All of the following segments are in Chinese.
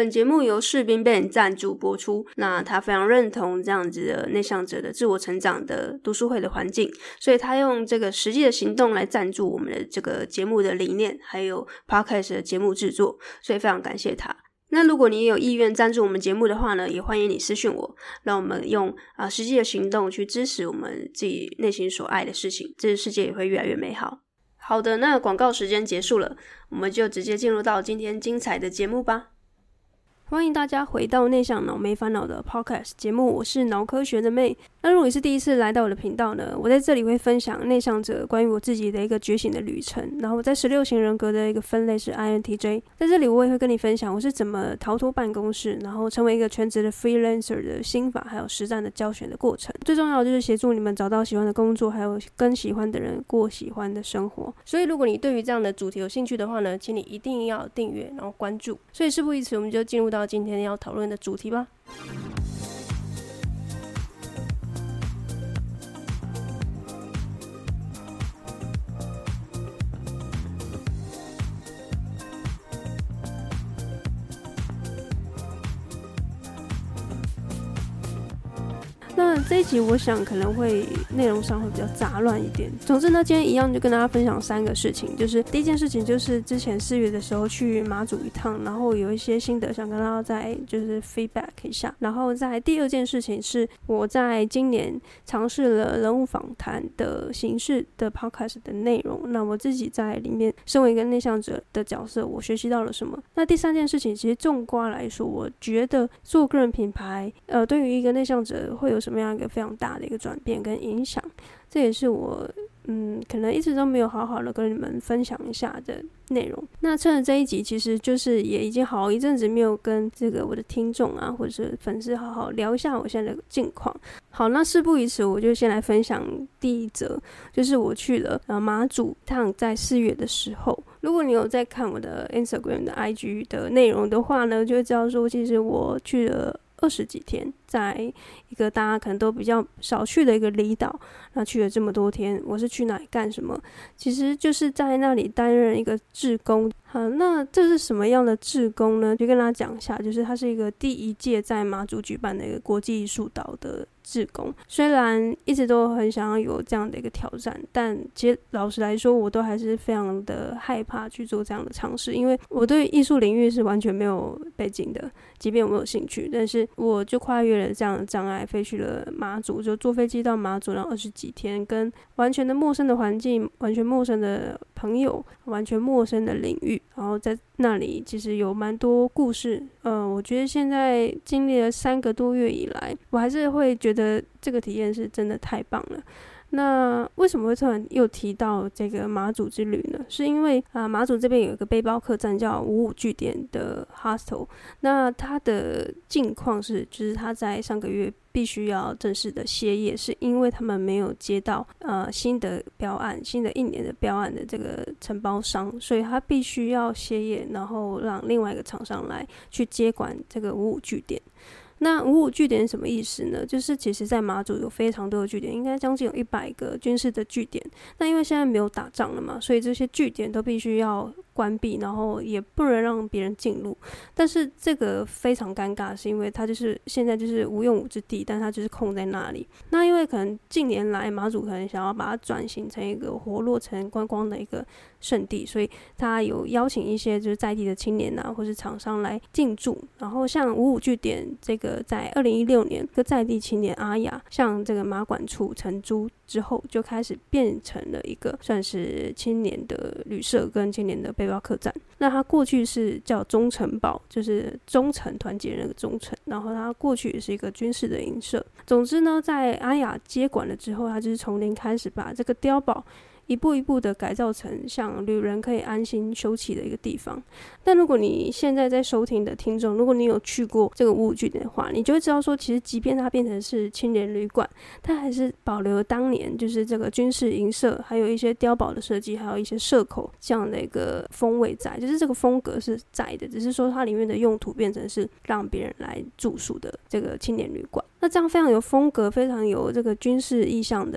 本节目由士兵 Band 赞助播出，那他非常认同这样子的内向者的自我成长的读书会的环境，所以他用这个实际的行动来赞助我们的这个节目的理念，还有 Podcast 的节目制作，所以非常感谢他。那如果你也有意愿赞助我们节目的话呢，也欢迎你私讯我，让我们用实际的行动去支持我们自己内心所爱的事情，这个世界也会越来越美好。好的，那广告时间结束了，我们就直接进入到今天精彩的节目吧。欢迎大家回到内向脑没烦恼的 Podcast 节目，我是脑科学的妹。那如果你是第一次来到我的频道呢，我在这里会分享内向者关于我自己的一个觉醒的旅程，然后我在16型人格的一个分类是 INTJ， 在这里我也会跟你分享我是怎么逃脱办公室，然后成为一个全职的 freelancer 的心法，还有实战的教学的过程。最重要的就是协助你们找到喜欢的工作，还有跟喜欢的人过喜欢的生活。所以如果你对于这样的主题有兴趣的话呢，请你一定要订阅然后关注。所以事不宜迟，我们就进入到今天要讨论的主题吧。那这一集我想可能会内容上会比较杂乱一点。总之呢，今天一样就跟大家分享3个事情。就是第一件事情就是之前4月的时候去马祖一趟，然后有一些心得想跟大家再就是 feedback 一下。然后在第二件事情是我在今年尝试了人物访谈的形式的 podcast 的内容，那我自己在里面身为一个内向者的角色，我学习到了什么。那第3件事情其实纵观来说，我觉得做个人品牌对于一个内向者会有什么样一个非常大的一个转变跟影响，这也是我可能一直都没有好好的跟你们分享一下的内容。那趁着这一集，其实就是也已经好一阵子没有跟这个我的听众啊或者是粉丝好好聊一下我现在的近况。好，那事不宜迟，我就先来分享第一则，就是我去了马祖趟，在4月的时候。如果你有在看我的 Instagram 的 IG 的内容的话呢，就会知道说其实我去了20几天，在一个大家可能都比较少去的一个离岛，那去了这么多天，我是去哪里干什么？其实就是在那里担任一个志工。好，那这是什么样的志工呢？就跟大家讲一下，就是它是一个第1届在马祖举办的一个国际艺术岛的志工。虽然一直都很想要有这样的一个挑战，但其实老实来说，我都还是非常的害怕去做这样的尝试，因为我对艺术领域是完全没有背景的，即便我有兴趣，但是我就跨越了这样的障碍，飞去了马祖，就坐飞机到马祖，然后20几天，跟完全的陌生的环境，完全陌生的朋友，完全陌生的领域，然后在那里其实有蛮多故事。我觉得现在经历了3个多月以来，我还是会觉得这个体验是真的太棒了。那为什么会突然又提到这个马祖之旅呢？是因为马祖这边有一个背包客栈叫55据点的 hostel， 那它的境况是就是它在上个月必须要正式的歇业，是因为他们没有接到新的标案，新的1年的标案的这个承包商，所以他必须要歇业，然后让另外一个厂商来去接管这个55据点。那55据点是什么意思呢？就是其实在马祖有非常多的据点，应该将近有100个军事的据点。那因为现在没有打仗了嘛，所以这些据点都必须要关闭，然后也不能让别人进入。但是这个非常尴尬，是因为它就是现在就是无用武之地，但它就是空在那里。那因为可能近年来马祖可能想要把它转型成一个活络成观光的一个圣地，所以他有邀请一些就是在地的青年啊或是厂商来进驻。然后像55据点这个在2016年一个在地青年阿雅向这个马管处承租之后，就开始变成了一个算是青年的旅社跟青年的背包客栈。那它过去是叫忠诚堡，就是忠诚团结那个忠诚，然后它过去也是一个军事的营舍。总之呢，在阿雅接管了之后，它就是从零开始把这个碉堡一步一步的改造成像旅人可以安心休憩的一个地方。但如果你现在在收听的听众，如果你有去过这个55据点的话，你就会知道说，其实即便它变成是青年旅馆，它还是保留了当年就是这个军事营舍，还有一些碉堡的设计，还有一些社口这样的一个风味在，就是这个风格是在的，只是说它里面的用途变成是让别人来住宿的这个青年旅馆。那这样非常有风格，非常有这个军事意象的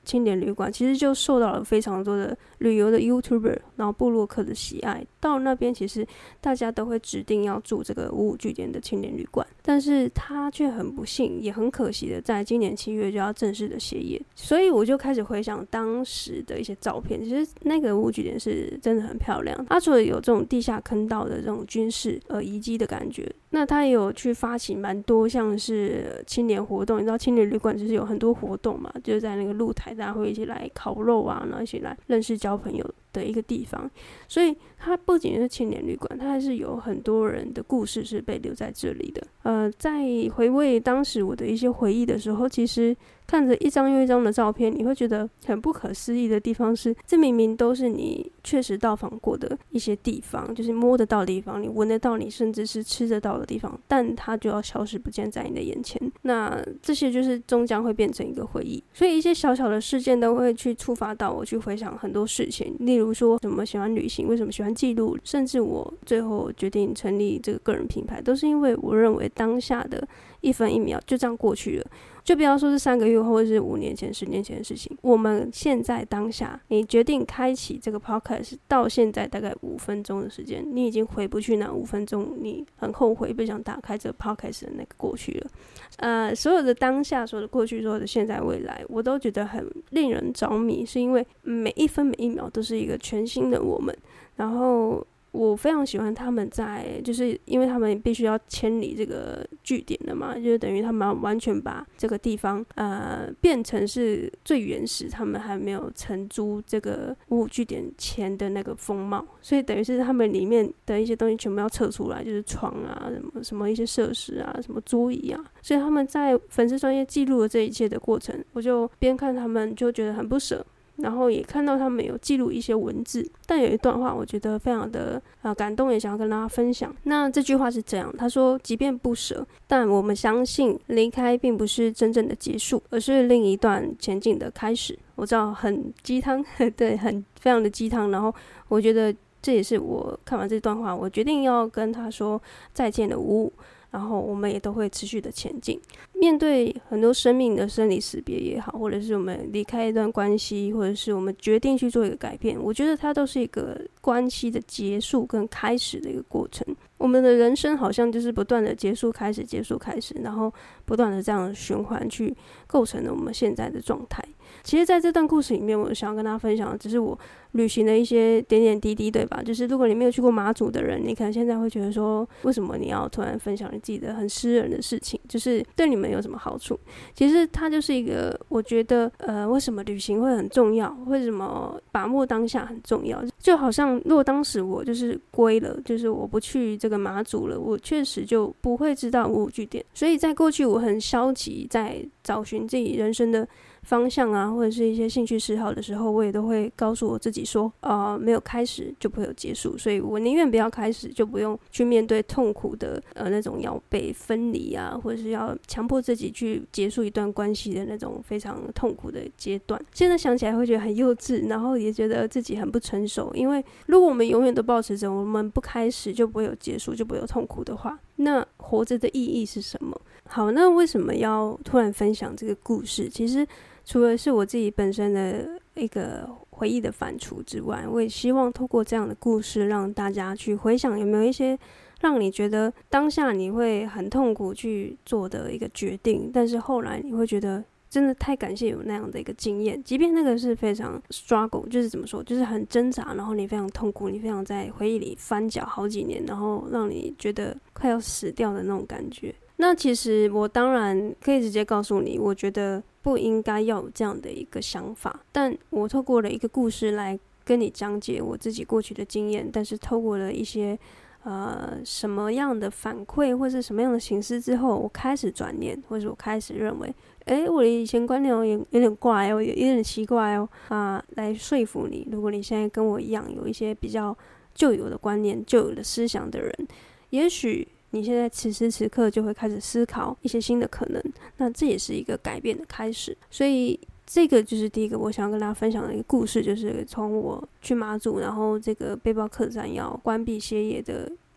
青年旅馆其实就受到了非常多的旅游的 YouTuber 然后部落客的喜爱，到那边其实大家都会指定要住这个55据点的青年旅馆，但是他却很不幸也很可惜的在今年7月就要正式的歇业。所以我就开始回想当时的一些照片，其实那个55据点是真的很漂亮，它除了有这种地下坑道的这种军事遗迹的感觉，那他也有去发起蛮多像是青年活动，你知道青年旅馆就是有很多活动嘛，就是在那个露台大家会一起来烤肉啊，然后一起来认识交朋友的一个地方，所以它不仅是青年旅馆，它还是有很多人的故事是被留在这里的。在回味当时我的一些回忆的时候，其实看着一张又一张的照片，你会觉得很不可思议的地方是，这明明都是你确实到访过的一些地方，就是摸得到的地方，你闻得到，你甚至是吃得到的地方，但它就要消失不见在你的眼前。那这些就是终将会变成一个回忆，所以一些小小的事件都会去触发到我去回想很多事情，例如说为什么喜欢旅行，为什么喜欢记录，甚至我最后决定成立这个个人品牌，都是因为我认为当下的一分一秒就这样过去了，就不要说是3个月或者是5年前10年前的事情，我们现在当下你决定开启这个 podcast 到现在大概5分钟的时间，你已经回不去那5分钟你很后悔不想打开这个 podcast 的那个过去了。所有的当下，所有的过去，所有的现在未来，我都觉得很令人着迷，是因为每一分每一秒都是一个全新的我们。然后我非常喜欢他们就是因为他们必须要迁离这个据点了嘛，就是等于他们完全把这个地方变成是最原始他们还没有承租这个55据点前的那个风貌，所以等于是他们里面的一些东西全部要撤出来，就是床啊什么一些设施啊，什么桌椅啊，所以他们在粉丝专页记录了这一切的过程，我就边看他们就觉得很不舍，然后也看到他们有记录一些文字，但有一段话我觉得非常的感动，也想要跟大家分享。那这句话是这样，他说即便不舍，但我们相信离开并不是真正的结束，而是另一段前进的开始。我知道很鸡汤对，非常的鸡汤，然后我觉得这也是我看完这段话我决定要跟他说再见的55，然后我们也都会持续的前进。面对很多生命的生离死别也好，或者是我们离开一段关系，或者是我们决定去做一个改变，我觉得它都是一个关系的结束跟开始的一个过程。我们的人生好像就是不断的结束开始结束开始，然后不断的这样循环去构成了我们现在的状态。其实在这段故事里面，我想要跟大家分享的只是我旅行的一些点点滴滴，对吧？就是如果你没有去过马祖的人，你可能现在会觉得说，为什么你要突然分享你自己的很私人的事情，就是对你们有什么好处？其实它就是一个，我觉得为什么旅行会很重要，为什么把握当下很重要，就好像如果当时我就是归了，就是我不去这个马祖了，我确实就不会知道55据点。所以在过去我很消极在找寻自己人生的方向啊，或者是一些兴趣嗜好的时候，我也都会告诉我自己说没有开始就不会有结束，所以我宁愿不要开始，就不用去面对痛苦的那种要被分离啊，或者是要强迫自己去结束一段关系的那种非常痛苦的阶段。现在想起来会觉得很幼稚，然后也觉得自己很不成熟，因为如果我们永远都抱持着我们不开始就不会有结束，就不会有痛苦的话，那活着的意义是什么？好，那为什么要突然分享这个故事？其实除了是我自己本身的一个回忆的反刍之外，我也希望透过这样的故事让大家去回想有没有一些让你觉得当下你会很痛苦去做的一个决定，但是后来你会觉得真的太感谢有那样的一个经验，即便那个是非常 struggle， 就是怎么说，就是很挣扎，然后你非常痛苦，你非常在回忆里翻搅好几年，然后让你觉得快要死掉的那种感觉。那其实我当然可以直接告诉你，我觉得不应该要有这样的一个想法，但我透过了一个故事来跟你讲解我自己过去的经验，但是透过了一些什么样的反馈或是什么样的形式之后，我开始转念，或者我开始认为我的以前观念有点怪有点奇怪来说服你。如果你现在跟我一样有一些比较旧有的观念旧有的思想的人，也许你现在此时此刻就会开始思考一些新的可能，那这也是一个改变的开始。所以这个就是第一个我想要跟大家分享的一个故事，就是从我去马祖，然后这个背包客栈要关闭歇业的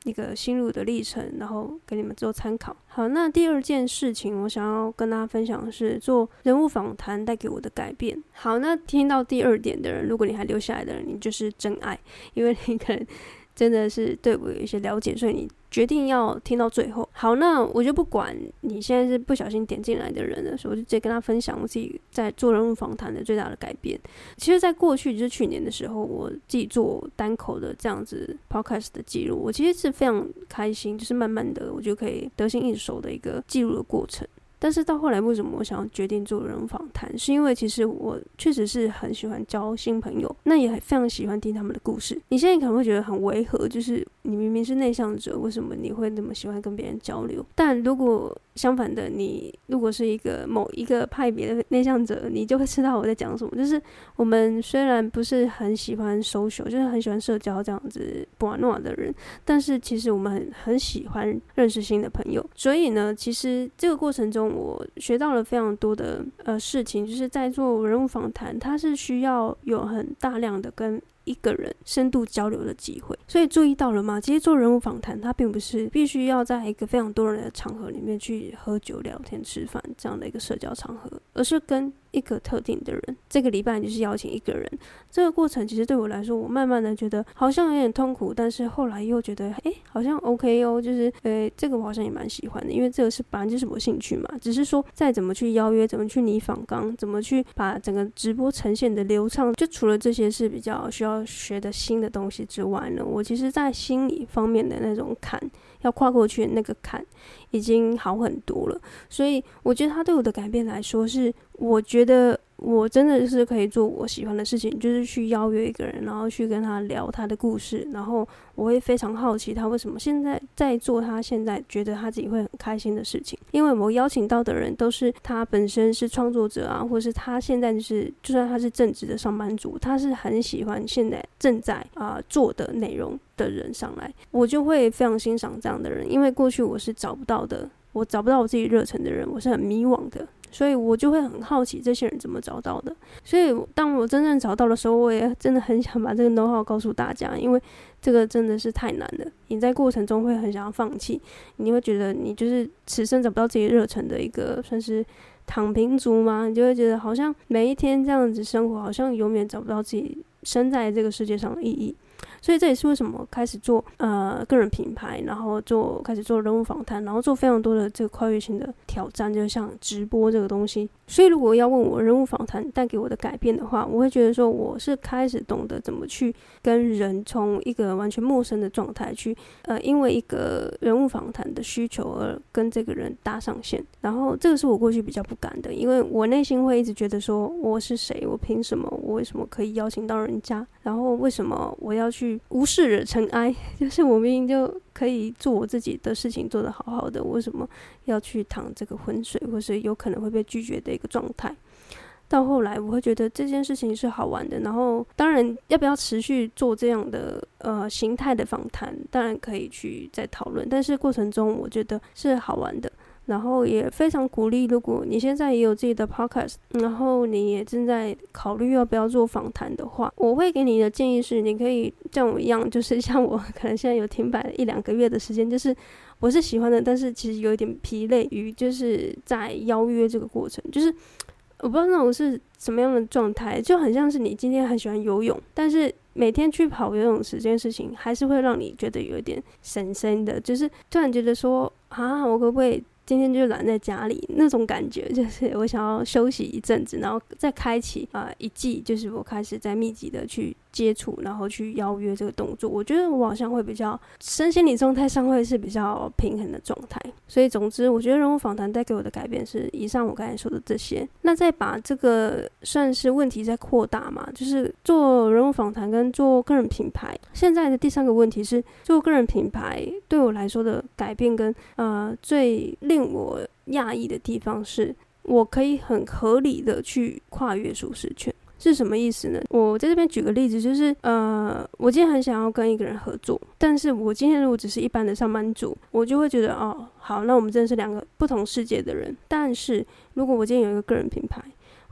一个心路的历程，然后给你们做参考。好，那第二件事情我想要跟大家分享的是做人物访谈带给我的改变。好，那听到第二点的人，如果你还留下来的人，你就是真爱，因为你可能真的是对我有一些了解，所以你决定要听到最后。好，那我就不管你现在是不小心点进来的人的时候，我就直接跟他分享我自己在做人物访谈的最大的改变。其实在过去就是去年的时候，我自己做单口的这样子 podcast 的记录，我其实是非常开心，就是慢慢的我就可以得心应手的一个记录的过程。但是到后来为什么我想要决定做人物访谈，是因为其实我确实是很喜欢交新朋友，那也非常喜欢听他们的故事。你现在可能会觉得很违和，就是你明明是内向者，为什么你会那么喜欢跟别人交流？但如果相反的，你如果是某一个派别的内向者，你就会知道我在讲什么。就是我们虽然不是很喜欢 social， 就是很喜欢社交这样子玩闹的人，但是其实我们很喜欢认识新的朋友。所以呢，其实这个过程中我学到了非常多的事情，就是在做人物访谈，它是需要有很大量的跟一个人深度交流的机会。所以注意到了吗？其实做人物访谈它并不是必须要在一个非常多人的场合里面去喝酒聊天吃饭这样的一个社交场合，而是跟一个特定的人，这个礼拜就是邀请一个人。这个过程其实对我来说，我慢慢的觉得好像有点痛苦，但是后来又觉得好像 OK 哦，就是这个我好像也蛮喜欢的，因为这个本来就是我兴趣嘛，只是说再怎么去邀约，怎么去拟访纲，怎么去把整个直播呈现的流畅，就除了这些是比较需要学的新的东西之外呢，我其实在心理方面的那种坎要跨过去的那个坎已经好很多了。所以我觉得他对我的改变来说，是我觉得我真的是可以做我喜欢的事情，就是去邀约一个人，然后去跟他聊他的故事，然后我会非常好奇他为什么现在在做他现在觉得他自己会很开心的事情。因为我邀请到的人都是他本身是创作者啊，或是他现在就算他是正职的上班族，他是很喜欢现在正在做的内容的人上来，我就会非常欣赏这样的人。因为过去我是找不到我自己热忱的人，我是很迷惘的，所以我就会很好奇这些人怎么找到的。所以当我真正找到的时候，我也真的很想把这个 know how 告诉大家，因为这个真的是太难了，你在过程中会很想要放弃，你会觉得你就是此生找不到自己热忱的一个算是躺平族吗？你就会觉得好像每一天这样子生活，好像永远找不到自己生在这个世界上的意义。所以这也是为什么我开始做个人品牌，然后开始做人物访谈，然后做非常多的这个跨越性的挑战，就像直播这个东西。所以如果要问我人物访谈带给我的改变的话，我会觉得说我是开始懂得怎么去跟人从一个完全陌生的状态去因为一个人物访谈的需求而跟这个人搭上线。然后这个是我过去比较不敢的，因为我内心会一直觉得说我是谁，我凭什么，我为什么可以邀请到人家，然后为什么我要去无事惹尘埃，就是我明明就可以做我自己的事情做得好好的，为什么要去淌这个浑水，或是有可能会被拒绝的一个状态。到后来我会觉得这件事情是好玩的，然后当然要不要持续做这样的形态的访谈，当然可以去再讨论，但是过程中我觉得是好玩的。然后也非常鼓励，如果你现在也有自己的 podcast， 然后你也正在考虑要不要做访谈的话，我会给你的建议是，你可以像我一样，就是像我可能现在有停摆了1-2个月的时间，就是我是喜欢的，但是其实有一点疲累于就是在邀约这个过程，就是我不知道那种是什么样的状态，就很像是你今天很喜欢游泳，但是每天去跑游泳池这件事情还是会让你觉得有一点神神的，就是突然觉得说我可不可以今天就懒在家里，那种感觉就是我想要休息一阵子，然后再开启一季，就是我开始在密集的去接触，然后去邀约这个动作。我觉得我好像会比较身心理状态上会是比较平衡的状态。所以总之我觉得人物访谈带给我的改变是以上我刚才说的这些。那再把这个算是问题再扩大嘛，就是做人物访谈跟做个人品牌。现在的第3个问题是做个人品牌对我来说的改变跟最令我讶异的地方是，我可以很合理的去跨越舒适圈。是什么意思呢？我在这边举个例子，就是我今天很想要跟一个人合作，但是我今天如果只是一般的上班族，我就会觉得好，那我们真的是2个不同世界的人。但是如果我今天有一个个人品牌，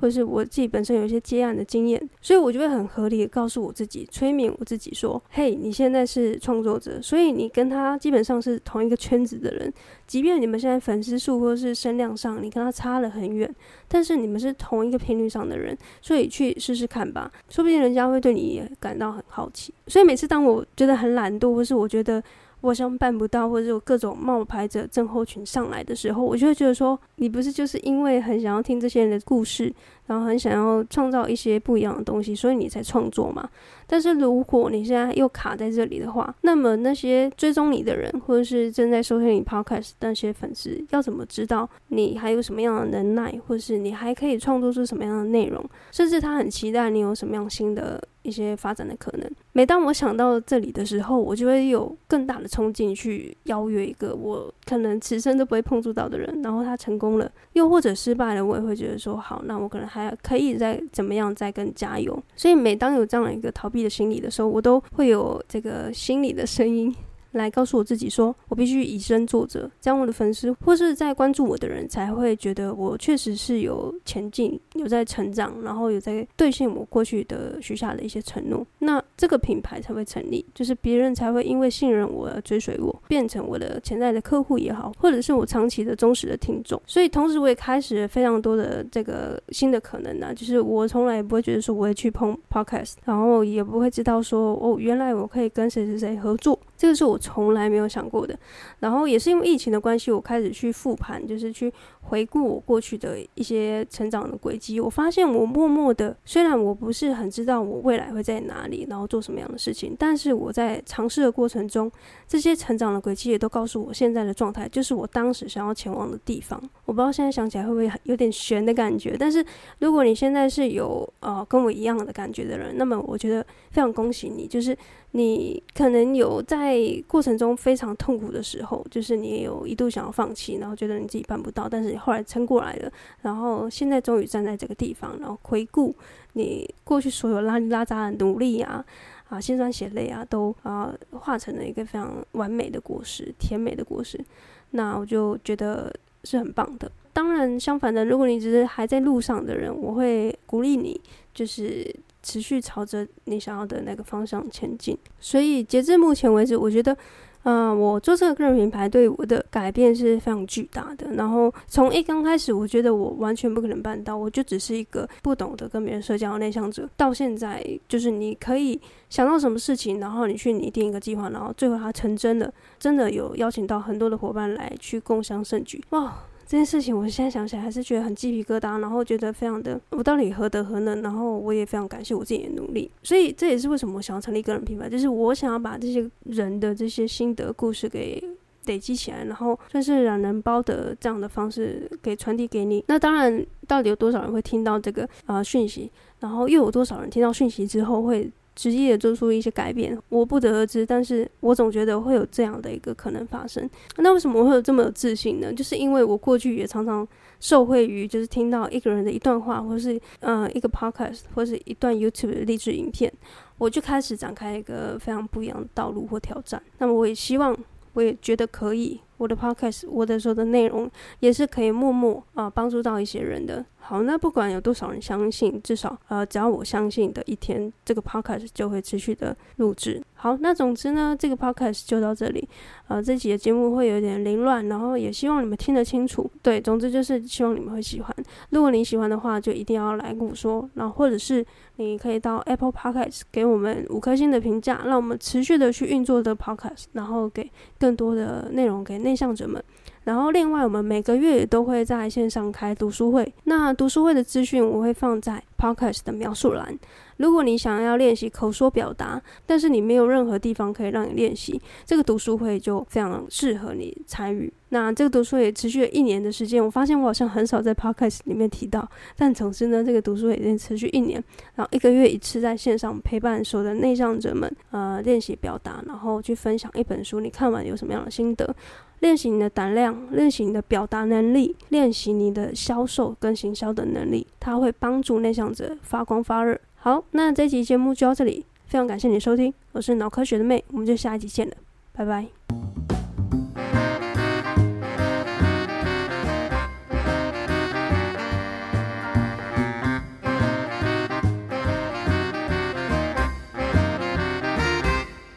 或者是我自己本身有一些接案的经验，所以我就会很合理的告诉我自己，催眠我自己说，嘿，你现在是创作者，所以你跟他基本上是同一个圈子的人，即便你们现在粉丝数或是声量上你跟他差了很远，但是你们是同一个频率上的人，所以去试试看吧，说不定人家会对你也感到很好奇。所以每次当我觉得很懒惰，或是我觉得我好像办不到，或者有各种冒牌者症候群上来的时候，我就会觉得说，你不是就是因为很想要听这些人的故事，然后很想要创造一些不一样的东西，所以你才创作嘛？但是如果你现在又卡在这里的话，那么那些追踪你的人，或者是正在收听你 podcast 的那些粉丝，要怎么知道你还有什么样的能耐，或是你还可以创作出什么样的内容，甚至他很期待你有什么样新的一些发展的可能。每当我想到这里的时候，我就会有更大的冲劲去邀约一个我可能此生都不会碰触到的人，然后他成功了，又或者失败了，我也会觉得说，好，那我可能还可以再怎么样再更加油。所以每当有这样的一个逃避的心理的时候，我都会有这个心理的声音来告诉我自己说，我必须以身作则，这样我的粉丝或是在关注我的人才会觉得我确实是有前进，有在成长，然后有在兑现我过去的许下的一些承诺，那这个品牌才会成立，就是别人才会因为信任我而追随我，变成我的潜在的客户也好，或者是我长期的忠实的听众。所以同时我也开始了非常多的这个新的可能啊，就是我从来也不会觉得说我会去碰 podcast， 然后也不会知道说哦，原来我可以跟谁谁谁合作，这个是我从来没有想过的。然后也是因为疫情的关系，我开始去复盘，就是去回顾我过去的一些成长的轨迹。我发现我默默的，虽然我不是很知道我未来会在哪里，然后做什么样的事情，但是我在尝试的过程中，这些成长的轨迹也都告诉我现在的状态就是我当时想要前往的地方。我不知道现在想起来会不会有点悬的感觉，但是如果你现在是有跟我一样的感觉的人，那么我觉得非常恭喜你，就是你可能有在过程中非常痛苦的时候，就是你也有一度想要放弃，然后觉得你自己办不到，但是你后来撑过来了，然后现在终于站在这个地方，然后回顾你过去所有拉里拉杂的努力啊辛酸血泪啊，都化成了一个非常完美的果实，甜美的果实。那我就觉得是很棒的。当然相反的，如果你只是还在路上的人，我会鼓励你就是持续朝着你想要的那个方向前进。所以截至目前为止，我觉得我做这个个人品牌对我的改变是非常巨大的。然后从刚开始我觉得我完全不可能办到，我就只是一个不懂得跟别人社交的内向者，到现在就是你可以想到什么事情，然后你去拟定一个计划，然后最后它成真了，真的有邀请到很多的伙伴来去共襄盛举。哇，这件事情我现在想起来还是觉得很鸡皮疙瘩，然后觉得非常的我到底何德何能，然后我也非常感谢我自己的努力。所以这也是为什么我想要成立个人品牌，就是我想要把这些人的这些心得故事给累积起来，然后算是懒人包的这样的方式给传递给你。那当然到底有多少人会听到这个讯息，然后又有多少人听到讯息之后会直接的做出一些改变，我不得而知，但是我总觉得会有这样的一个可能发生。那为什么我会有这么有自信呢？就是因为我过去也常常受惠于就是听到一个人的一段话，或是一个 podcast 或是一段 YouTube 的励志影片，我就开始展开一个非常不一样的道路或挑战。那么我也希望，我也觉得可以，我的 podcast 我的说的内容也是可以默默帮助到一些人的。好，那不管有多少人相信，至少只要我相信的一天，这个 podcast 就会持续的录制。好，那总之呢，这个 podcast 就到这里。这集的节目会有点凌乱，然后也希望你们听得清楚。对，总之就是希望你们会喜欢。如果你喜欢的话，就一定要来跟我说，然后或者是你可以到 Apple Podcast 给我们5颗星的评价，让我们持续的去运作的 podcast， 然后给更多的内容给内向者们。然后另外我们每个月也都会在线上开读书会，那读书会的资讯我会放在 podcast 的描述栏。如果你想要练习口说表达，但是你没有任何地方可以让你练习，这个读书会就非常适合你参与。那这个读书会也持续了1年的时间，我发现我好像很少在 podcast 里面提到，但总之呢，这个读书会已经持续1年，然后1个月1次在线上陪伴所有的内向者们练习表达，然后去分享一本书你看完有什么样的心得，练习你的胆量，练习你的表达能力，练习你的销售跟行销的能力，它会帮助内向者发光发热。好，那这集节目就到这里，非常感谢你的收听，我是脑科学的妹，我们就下一集见了，拜拜。